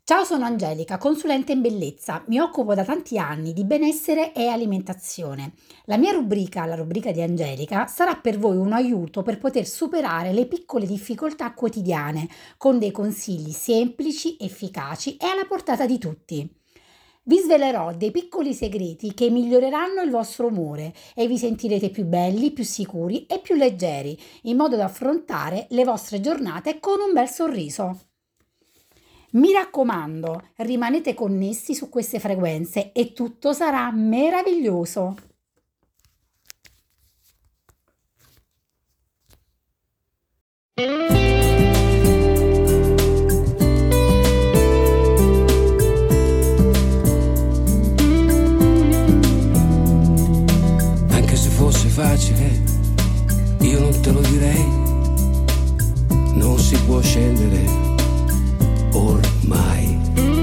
Ciao, sono Angelica, consulente in bellezza. Mi occupo da tanti anni di benessere e alimentazione. La mia rubrica, la rubrica di Angelica, sarà per voi un aiuto per poter superare le piccole difficoltà quotidiane con dei consigli semplici, efficaci e alla portata di tutti. Vi svelerò dei piccoli segreti che miglioreranno il vostro umore e vi sentirete più belli, più sicuri e più leggeri, in modo da affrontare le vostre giornate con un bel sorriso. Mi raccomando, rimanete connessi su queste frequenze e tutto sarà meraviglioso. Anche se fosse facile, io non te lo direi. Non si può scendere ormai.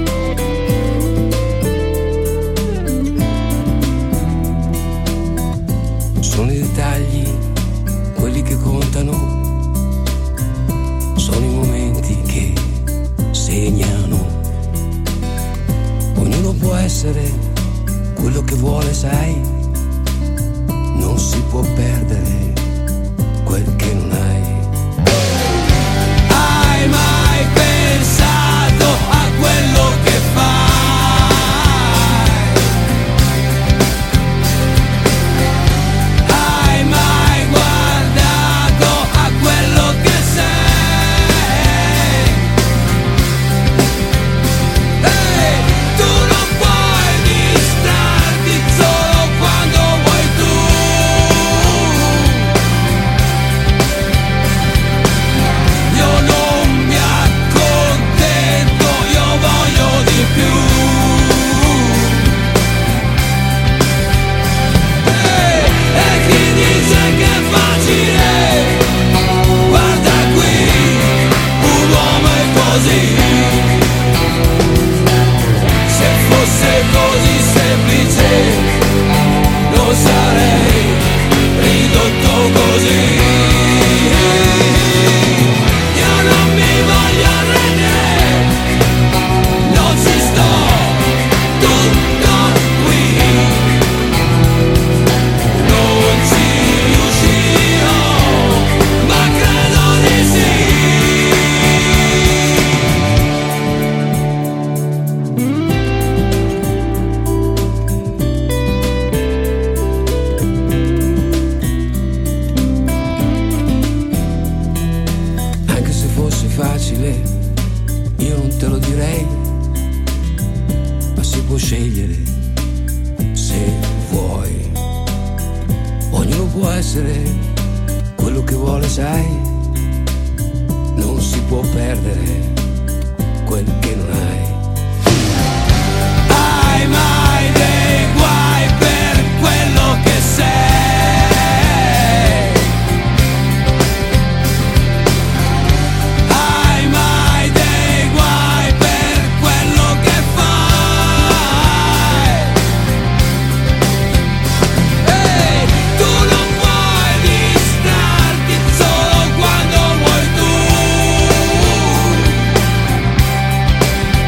Sono i dettagli quelli che contano, sono i momenti che segnano. Ognuno può essere quello che vuole, sai, non si può perdere quel che non hai. Hai mai pensato a quello che fai? Hai mai guardato a quello che sei? Ehi, tu non puoi distrarti solo quando vuoi tu. Io non mi accontento, io voglio di più. E chi dice che è facile, guarda qui, un uomo è così. Se fosse così semplice, lo sarei ridotto così. Io non mi voglio arrendere, non ci sto tutto qui, non ci riuscirò, ma credo di sì. Anche se fosse facile, io non te lo direi, ma si può scegliere se vuoi. Ognuno può essere quello che vuole, sai, non si può perdere quel che non hai. Hai mai dei guai per quello che sei? Hai mai dei guai per quello che fai? Ehi, tu non puoi distrarti solo quando vuoi tu.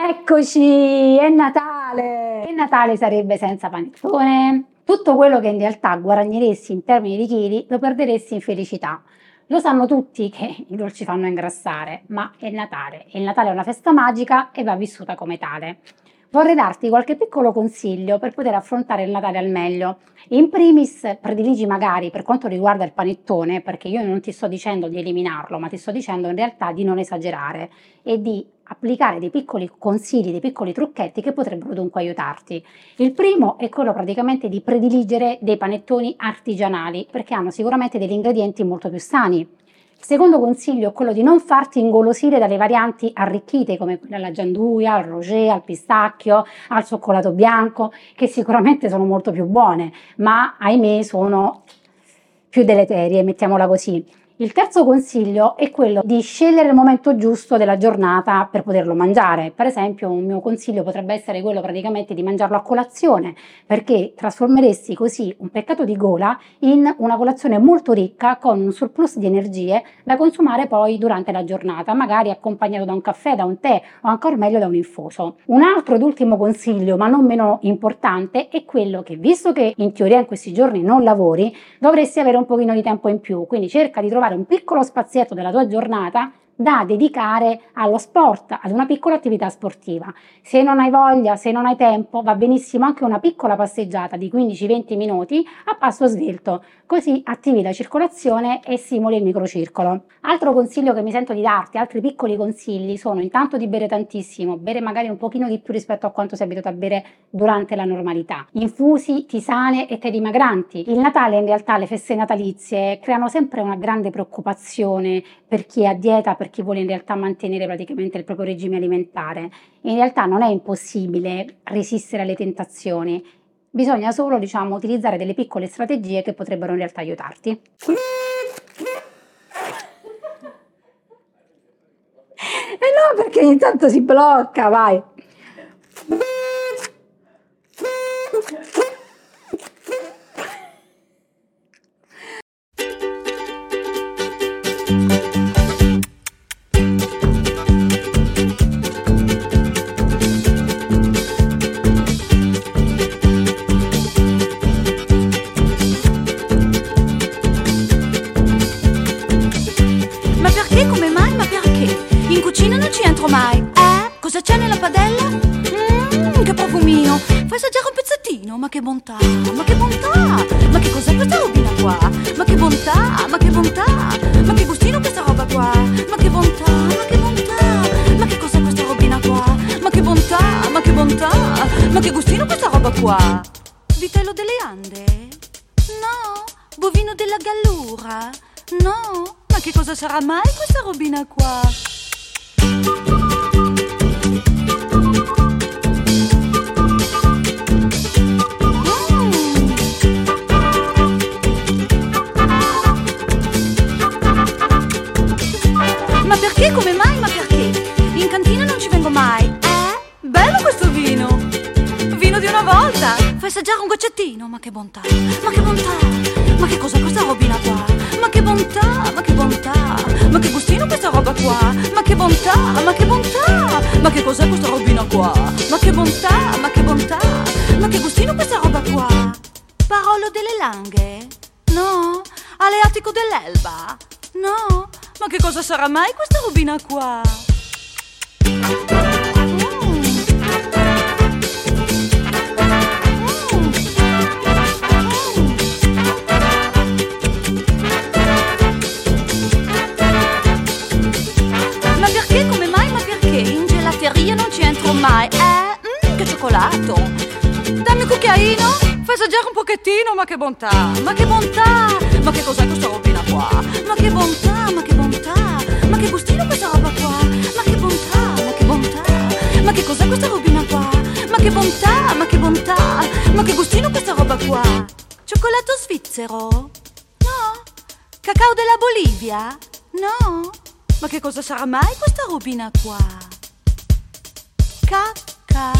Eccoci, è Natale! Che Natale sarebbe senza panettone? Tutto quello che in realtà guadagneresti in termini di chili lo perderesti in felicità. Lo sanno tutti che i dolci fanno ingrassare, ma è Natale e il Natale è una festa magica e va vissuta come tale. Vorrei darti qualche piccolo consiglio per poter affrontare il Natale al meglio. In primis, prediligi magari per quanto riguarda il panettone, perché io non ti sto dicendo di eliminarlo, ma ti sto dicendo in realtà di non esagerare e di applicare dei piccoli consigli, dei piccoli trucchetti che potrebbero dunque aiutarti. Il primo è quello praticamente di prediligere dei panettoni artigianali, perché hanno sicuramente degli ingredienti molto più sani. Il secondo consiglio è quello di non farti ingolosire dalle varianti arricchite come quella alla gianduia, al rosé, al pistacchio, al cioccolato bianco, che sicuramente sono molto più buone, ma ahimè sono più deleterie, mettiamola così. Il terzo consiglio è quello di scegliere il momento giusto della giornata per poterlo mangiare. Per esempio, un mio consiglio potrebbe essere quello praticamente di mangiarlo a colazione, perché trasformeresti così un peccato di gola in una colazione molto ricca con un surplus di energie da consumare poi durante la giornata, magari accompagnato da un caffè, da un tè o ancora meglio da un infuso. Un altro ed ultimo consiglio, ma non meno importante, è quello che, visto che in teoria in questi giorni non lavori, dovresti avere un pochino di tempo in più, quindi cerca di trovare un piccolo spazietto della tua giornata da dedicare allo sport, ad una piccola attività sportiva. Se non hai voglia, se non hai tempo, va benissimo anche una piccola passeggiata di 15-20 minuti a passo svelto, così attivi la circolazione e simuli il microcircolo. Altro consiglio che mi sento di darti, altri piccoli consigli, sono intanto di bere tantissimo, bere magari un pochino di più rispetto a quanto sei abituato a bere durante la normalità. Infusi, tisane e tè dimagranti. Il Natale, in realtà, le feste natalizie creano sempre una grande preoccupazione per chi è a dieta, per chi vuole in realtà mantenere praticamente il proprio regime alimentare. In realtà non è impossibile resistere alle tentazioni, bisogna solo, utilizzare delle piccole strategie che potrebbero in realtà aiutarti. No, perché ogni tanto si blocca, vai! Mai. Cosa c'è nella padella? Che profumino! Fai assaggiare un pezzettino? Ma che bontà! Ma che bontà! Ma che cos'è questa robina qua? Ma che bontà! Ma che bontà! Ma che gustino questa roba qua? Ma che bontà! Ma che bontà! Ma che cos'è questa robina qua? Ma che bontà! Ma che bontà! Ma che gustino questa roba qua? Vitello delle Ande? No! Bovino della Gallura? No! Ma che cosa sarà mai questa robina qua? Ma perché? Come mai? Ma perché? In cantina non ci vengo mai. Bello questo vino! Vino di una volta! Fai assaggiare un goccettino? Ma che bontà! Ma che bontà! Ma che cos'è questa robina qua? Ma che bontà! Ma che bontà! Ma che gustino questa roba qua? Ma che bontà! Ma che bontà! Ma che cos'è questa robina qua? Ma che bontà! Ma che bontà! Ma che gustino questa roba qua? Parolo delle Langhe? No? Aleatico dell'Elba? No? Ma che cosa sarà mai questa robina qua? Ma perché? Come mai? Ma perché? In gelateria non ci entro mai. Che cioccolato! Dammi un cucchiaino, fai assaggiare un pochettino, ma che bontà! Ma che bontà! Ma che cos'è questa robina qua? Ma che bontà! Ma che bontà! Ma che gustino questa roba qua? Ma che bontà! Ma che bontà! Ma che cos'è questa robina qua? Ma che bontà! Ma che bontà! Ma che gustino questa roba qua? Cioccolato svizzero? No? Cacao della Bolivia? No? Ma che cosa sarà mai questa robina qua? Cacca.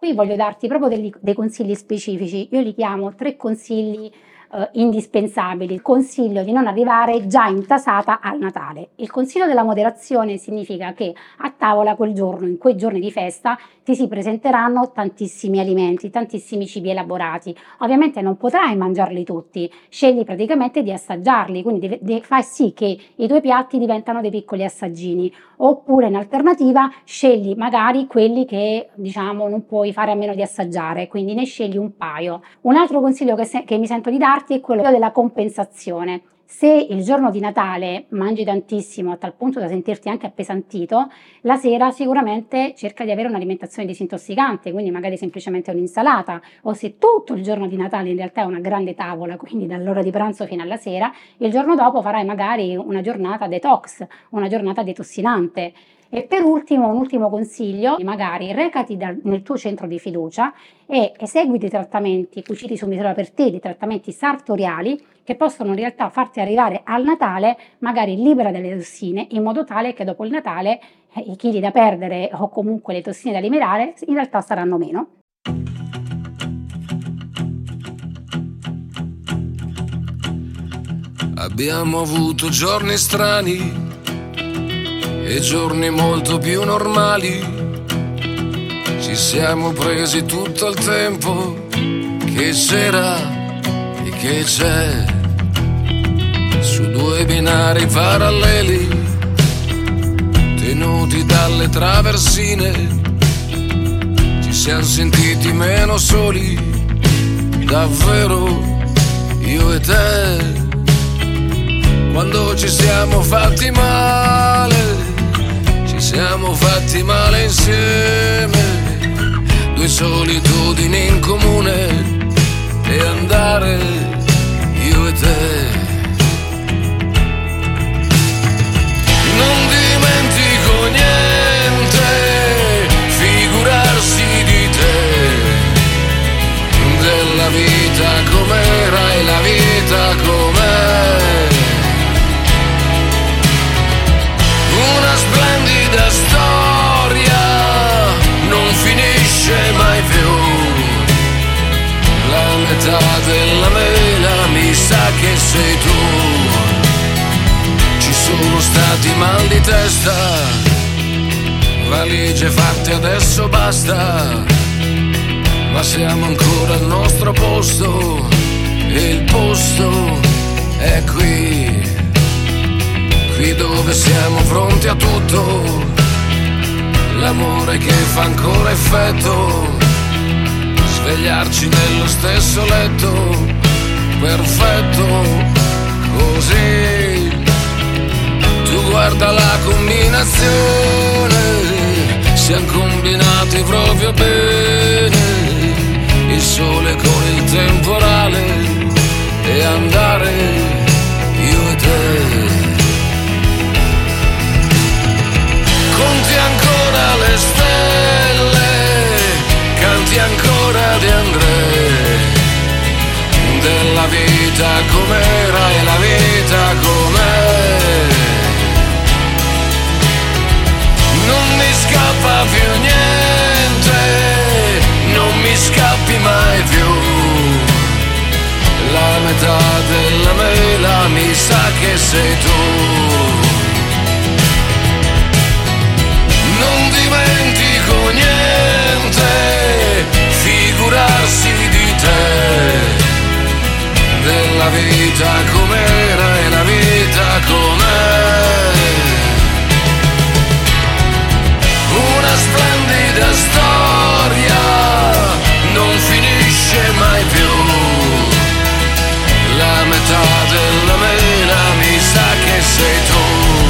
qui voglio darti proprio dei consigli specifici. Io li chiamo 3 consigli indispensabili. Il consiglio di non arrivare già intasata al Natale. Il consiglio della moderazione significa che a tavola quel giorno, in quei giorni di festa, ti si presenteranno tantissimi alimenti, tantissimi cibi elaborati. Ovviamente non potrai mangiarli tutti, scegli praticamente di assaggiarli, quindi fai sì che i tuoi piatti diventano dei piccoli assaggini, oppure in alternativa scegli magari quelli che diciamo non puoi fare a meno di assaggiare, quindi ne scegli un paio. Un altro consiglio che mi sento di darti è quello della compensazione. Se il giorno di Natale mangi tantissimo a tal punto da sentirti anche appesantito, la sera sicuramente cerca di avere un'alimentazione disintossicante, quindi magari semplicemente un'insalata, o se tutto il giorno di Natale in realtà è una grande tavola, quindi dall'ora di pranzo fino alla sera, il giorno dopo farai magari una giornata detox, una giornata detossinante. E per ultimo, un ultimo consiglio, magari recati nel tuo centro di fiducia e esegui dei trattamenti cuciti su misura per te, dei trattamenti sartoriali che possono in realtà farti arrivare al Natale magari libera dalle tossine, in modo tale che dopo il Natale i chili da perdere o comunque le tossine da eliminare in realtà saranno meno. Abbiamo avuto giorni strani e giorni molto più normali. Ci siamo presi tutto il tempo che c'era e che c'è, su 2 binari paralleli tenuti dalle traversine. Ci siamo sentiti meno soli, davvero, io e te. Quando ci siamo fatti male, ci siamo fatti male insieme, 2 solitudini in comune, e andare io e te. Non dimentico niente, figurarsi di te, della vita com'era e la vita com'è. Una splendida storia, non finisce mai più. La metà della mela mi sa che sei tu. Ci sono stati mal di testa, valigie fatte adesso basta, ma siamo ancora al nostro posto e il posto è qui. Qui dove siamo pronti a tutto, l'amore che fa ancora effetto, svegliarci nello stesso letto, perfetto, così. Tu guarda la combinazione, siamo combinati proprio bene, il sole con il temporale e andare io e te. Conti ancora le stelle, canti ancora di André, della vita com'era e la vita com'è. Non mi scappa più niente, non mi scappi mai più. La metà della mela mi sa che sei tu. Non dimentico niente, figurarsi di te, della vita com'era e la vita com'è. Una splendida storia, non finisce mai più. La metà della mela mi sa che sei tu.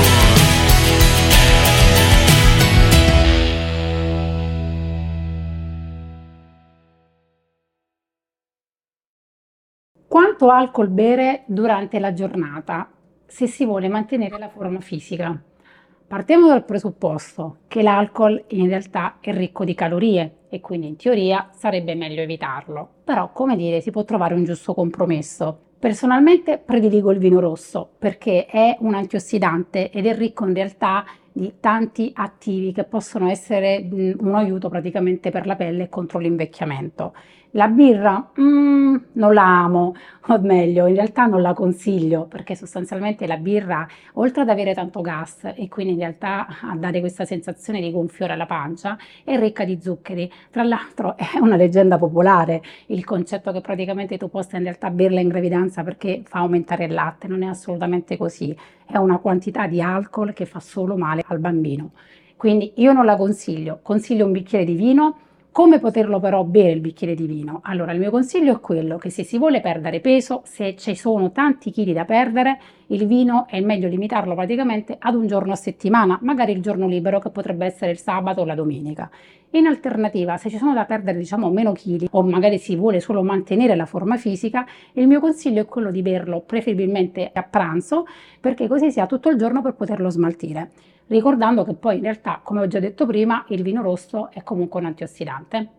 Quanto alcol bere durante la giornata se si vuole mantenere la forma fisica? Partiamo dal presupposto che l'alcol in realtà è ricco di calorie e quindi in teoria sarebbe meglio evitarlo, però come dire si può trovare un giusto compromesso. Personalmente prediligo il vino rosso perché è un antiossidante ed è ricco in realtà di tanti attivi che possono essere un aiuto praticamente per la pelle e contro l'invecchiamento. La birra non la amo, o meglio, in realtà non la consiglio perché sostanzialmente la birra, oltre ad avere tanto gas e quindi in realtà a dare questa sensazione di gonfiore alla pancia, è ricca di zuccheri. Tra l'altro è una leggenda popolare il concetto che praticamente tu possa in realtà berla in gravidanza perché fa aumentare il latte, non è assolutamente così, è una quantità di alcol che fa solo male al bambino. Quindi io non la consiglio, consiglio un bicchiere di vino. Come poterlo però bere il bicchiere di vino? Allora, il mio consiglio è quello che se si vuole perdere peso, se ci sono tanti chili da perdere, il vino è meglio limitarlo praticamente ad un giorno a settimana, magari il giorno libero che potrebbe essere il sabato o la domenica. In alternativa, se ci sono da perdere diciamo meno chili o magari si vuole solo mantenere la forma fisica, il mio consiglio è quello di berlo preferibilmente a pranzo perché così si ha tutto il giorno per poterlo smaltire. Ricordando che poi in realtà, come ho già detto prima, il vino rosso è comunque un antiossidante.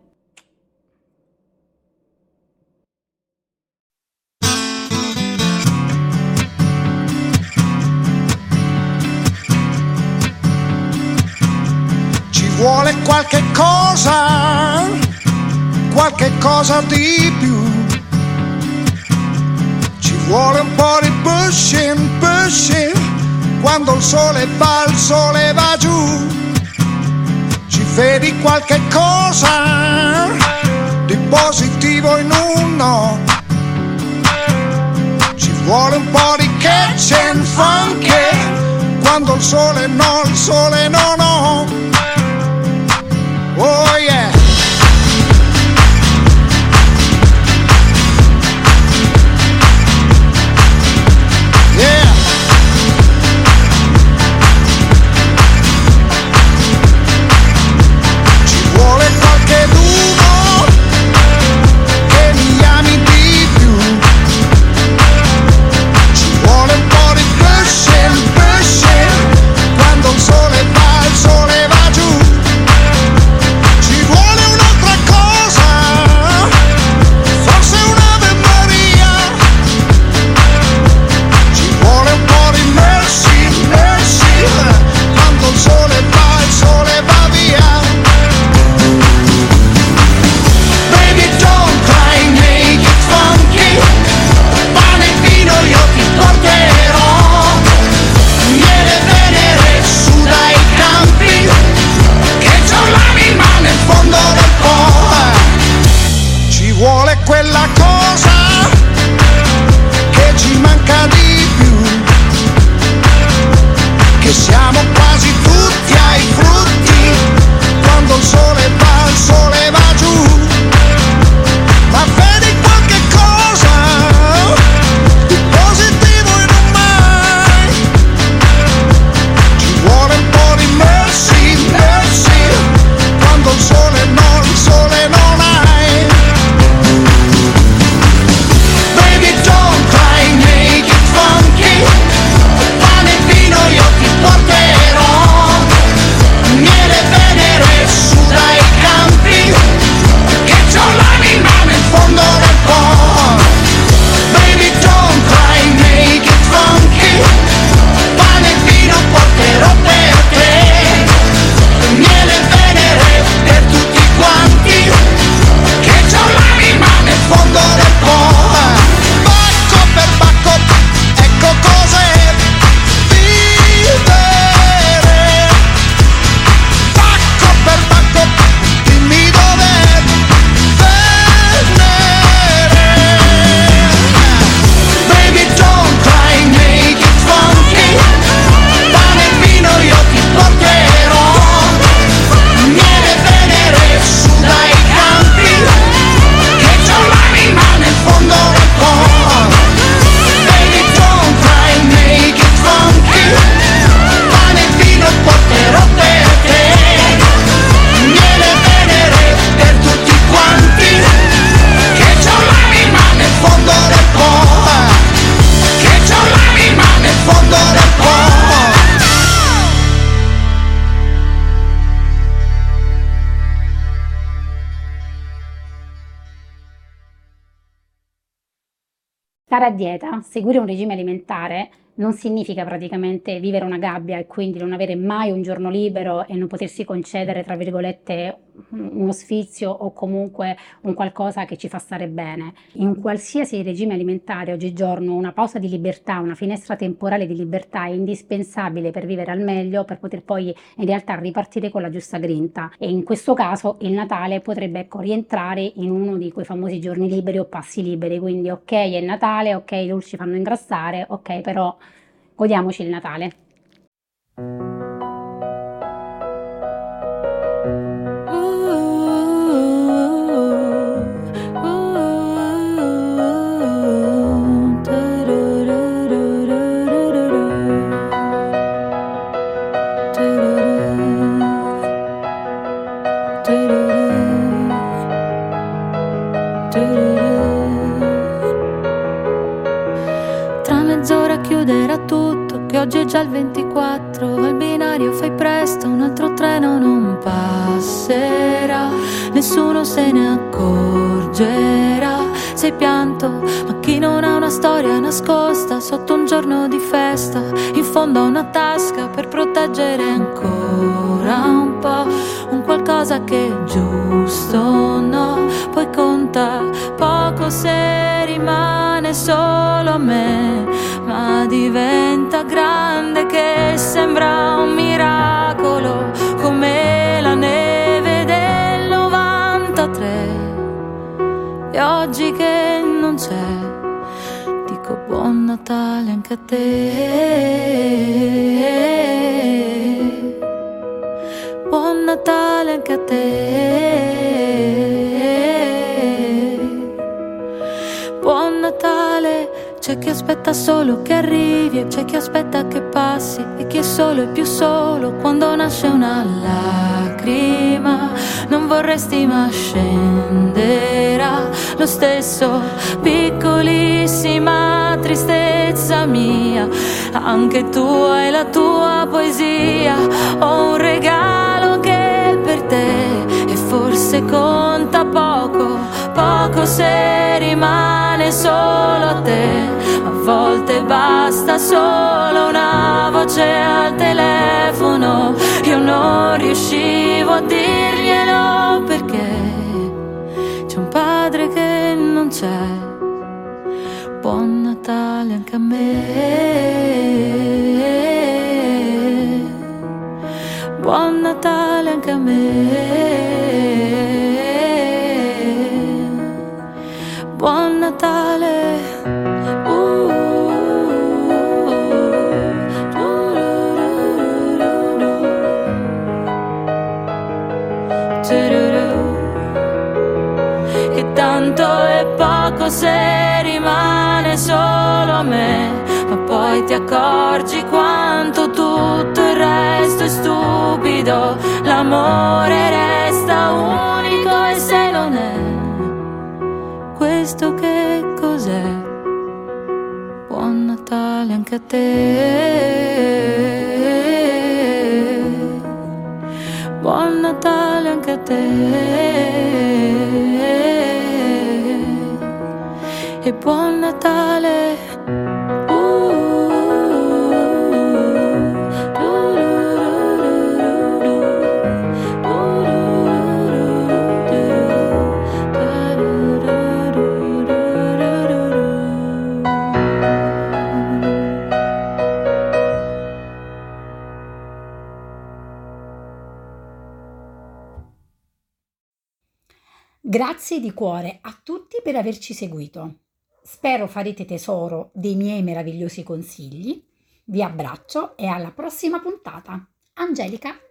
Ci vuole qualche cosa di più. Ci vuole un po' di pushing, quando il sole va giù. Ci vedi qualche cosa di positivo in uno. Ci vuole un po' di catch and funk, quando il sole no, no. Oh yeah. Quella cosa che ci manca di più, che siamo quasi tutti ai frutti, quando il sole va giù. Ma vedi qualche cosa di positivo in un mai. Ci vuole un po' di mercy, quando il sole non hai. Stare a dieta, seguire un regime alimentare non significa praticamente vivere una gabbia e quindi non avere mai un giorno libero e non potersi concedere, tra virgolette, uno sfizio o comunque un qualcosa che ci fa stare bene. In qualsiasi regime alimentare oggigiorno una pausa di libertà, una finestra temporale di libertà è indispensabile per vivere al meglio, per poter poi in realtà ripartire con la giusta grinta. E in questo caso il Natale potrebbe rientrare in uno di quei famosi giorni liberi o passi liberi, quindi ok è Natale, ok i dolci fanno ingrassare, ok però godiamoci il Natale. Tra mezz'ora chiuderà tutto, che oggi è già il 24. Al binario fai presto, un altro treno non passerà. Nessuno se ne accorgerà. Sei pianto, ma chi non ha una storia nascosta sotto un giorno di festa, in fondo a una tasca per proteggere ancora un po', un qualcosa che è giusto, no? Poi conta poco se rimane solo a me, ma diventa grande che sembra un miracolo, come la neve del 93. E oggi che non c'è, dico buon Natale anche a te. Buon Natale anche a te. Buon Natale. C'è chi aspetta solo che arrivi e c'è chi aspetta che passi, e chi è solo e più solo quando nasce una lacrima. Non vorresti ma scenderà lo stesso, piccolissima tristezza mia. Anche tu hai la tua poesia, ho un regalo che è per te, e forse conta poco, poco se rimane solo a te. A volte basta solo una voce al telefono. Io non riuscivo a dirglielo perché c'è un padre che non c'è. Buon Natale anche a me. Buon Natale anche a me. Buon Natale. Che tanto è poco se rimane solo a me, ma poi ti accorgi quanto tutto il resto è stupido. L'amore resta unico e se non è questo che cos'è? Buon Natale anche a te. Buon Natale anche a te. E buon Natale. Grazie di cuore a tutti per averci seguito. Spero farete tesoro dei miei meravigliosi consigli. Vi abbraccio e alla prossima puntata. Angelica.